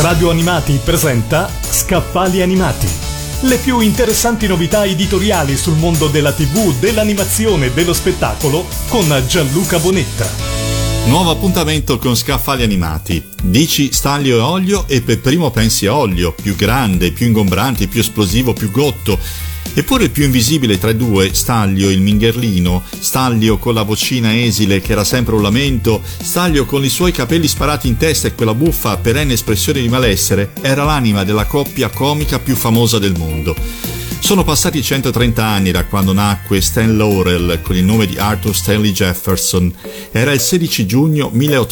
Radio Animati presenta Scaffali Animati. Le più interessanti novità editoriali sul mondo della TV, dell'animazione e dello spettacolo con Gianluca Bonetta. Nuovo appuntamento con Scaffali Animati. Dici Stanlio e Olio e per primo pensi a Olio, più grande, più ingombrante, più esplosivo, più gotto. Eppure il più invisibile tra i due, Stanlio il mingherlino, Stanlio con la vocina esile che era sempre un lamento, Stanlio con i suoi capelli sparati in testa e quella buffa perenne espressione di malessere, era l'anima della coppia comica più famosa del mondo. Sono passati 130 anni da quando nacque Stan Laurel con il nome di Arthur Stanley Jefferson. Era il 16 giugno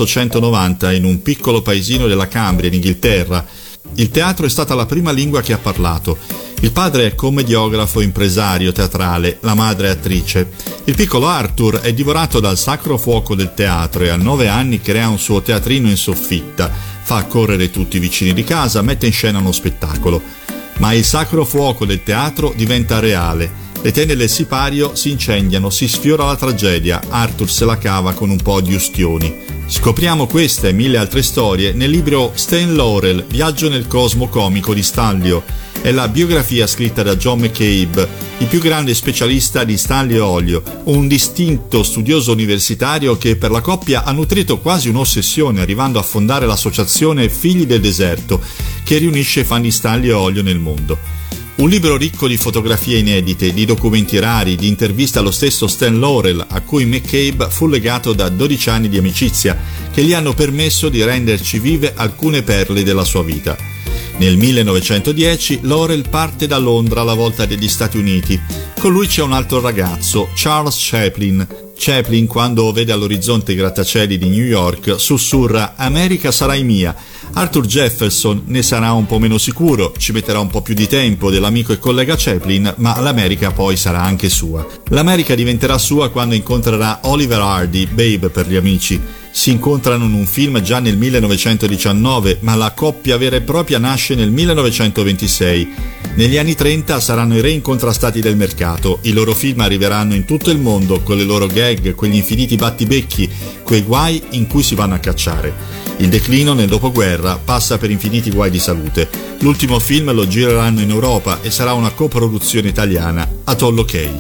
1890 in un piccolo paesino della Cambria, in Inghilterra. Il teatro è stata la prima lingua che ha parlato. Il padre è commediografo, impresario teatrale, la madre è attrice. Il piccolo Arthur è divorato dal sacro fuoco del teatro e a 9 anni crea un suo teatrino in soffitta, fa correre tutti i vicini di casa, mette in scena uno spettacolo. Ma il sacro fuoco del teatro diventa reale. Le tende del sipario si incendiano, si sfiora la tragedia, Arthur se la cava con un po' di ustioni. Scopriamo queste e mille altre storie nel libro Stan Laurel, Viaggio nel cosmo comico di Stanlio. È la biografia scritta da John McCabe, il più grande specialista di Stanlio e Olio, un distinto studioso universitario che per la coppia ha nutrito quasi un'ossessione, arrivando a fondare l'associazione Figli del Deserto, che riunisce i fan di Stanlio e Olio nel mondo. Un libro ricco di fotografie inedite, di documenti rari, di interviste allo stesso Stan Laurel, a cui McCabe fu legato da 12 anni di amicizia, che gli hanno permesso di renderci vive alcune perle della sua vita. Nel 1910 Laurel parte da Londra alla volta degli Stati Uniti. Con lui c'è un altro ragazzo, Charles Chaplin. Chaplin, quando vede all'orizzonte i grattacieli di New York, sussurra «America sarai mia». Arthur Jefferson ne sarà un po' meno sicuro, ci metterà un po' più di tempo dell'amico e collega Chaplin, ma l'America poi sarà anche sua. L'America diventerà sua quando incontrerà Oliver Hardy, Babe per gli amici. Si incontrano in un film già nel 1919, ma la coppia vera e propria nasce nel 1926. Negli anni 30 saranno i re incontrastati del mercato, i loro film arriveranno in tutto il mondo con le loro gag, quegli infiniti battibecchi, quei guai in cui si vanno a cacciare. Il declino nel dopoguerra passa per infiniti guai di salute. L'ultimo film lo gireranno in Europa e sarà una coproduzione italiana, Atollo Key.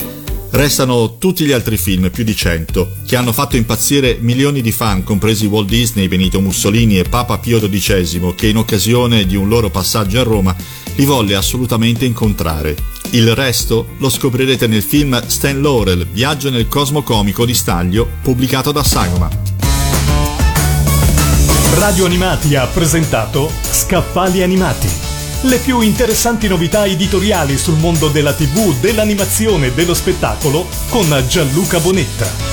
Restano tutti gli altri film, più di 100, che hanno fatto impazzire milioni di fan, compresi Walt Disney, Benito Mussolini e Papa Pio XII, che in occasione di un loro passaggio a Roma li volle assolutamente incontrare. Il resto lo scoprirete nel film Stan Laurel, Viaggio nel cosmo comico di Stanlio, pubblicato da Sagoma. Radio Animati ha presentato Scaffali Animati. Le più interessanti novità editoriali sul mondo della TV, dell'animazione e dello spettacolo con Gianluca Bonetta.